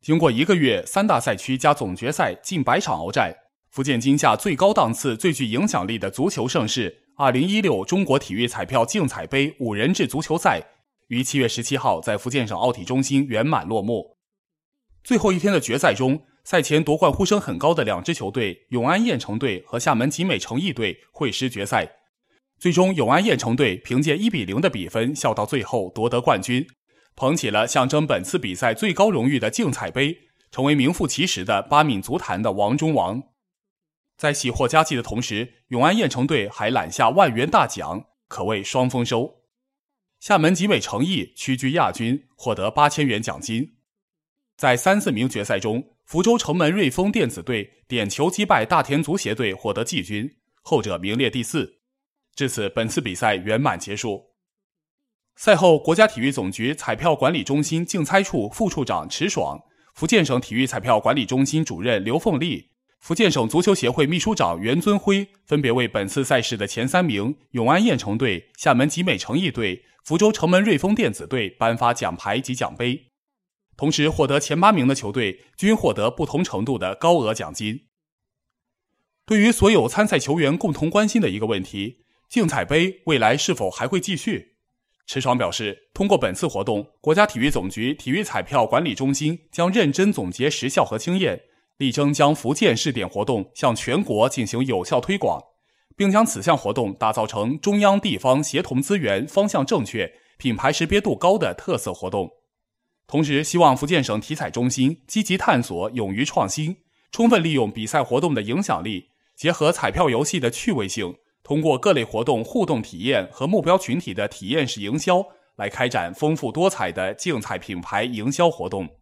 经过1个月3大赛区加总决赛近100场鏖战，福建今夏最高档次、最具影响力的足球盛事2016中国体育彩票竞彩杯5人制足球赛于7月17号在福建省奥体中心圆满落幕。最后一天的决赛中，赛前夺冠呼声很高的2支球队永安燕城队和厦门集美诚毅队会师决赛。最终永安燕城队凭借1-0的比分笑到最后夺得冠军，捧起了象征本次比赛最高荣誉的竞彩杯，成为名副其实的巴闽足坛的王中王。在喜获佳绩的同时，永安燕城队还揽下10000元大奖，可谓双丰收。厦门集美诚毅屈居亚军，获得8000元奖金。在3、4名决赛中，福州城门瑞丰电子队点球击败大田足协队获得季军，后者名列第4。至此，本次比赛圆满结束。赛后，国家体育总局彩票管理中心竞猜处副处长池爽、福建省体育彩票管理中心主任刘凤丽、福建省足球协会秘书长袁尊辉分别为本次赛事的前3名永安燕城队、厦门集美诚毅队、福州城门瑞丰电子队颁发奖牌及奖杯。同时，获得前8名的球队均获得不同程度的高额奖金。对于所有参赛球员共同关心的一个问题，竞彩杯未来是否还会继续？池爽表示，通过本次活动，国家体育总局体育彩票管理中心将认真总结实效和经验，力争将福建试点活动向全国进行有效推广，并将此项活动打造成中央地方协同资源方向正确、品牌识别度高的特色活动。同时，希望福建省体彩中心积极探索，勇于创新，充分利用比赛活动的影响力，结合彩票游戏的趣味性，通过各类活动互动体验和目标群体的体验式营销，来开展丰富多彩的竞彩品牌营销活动。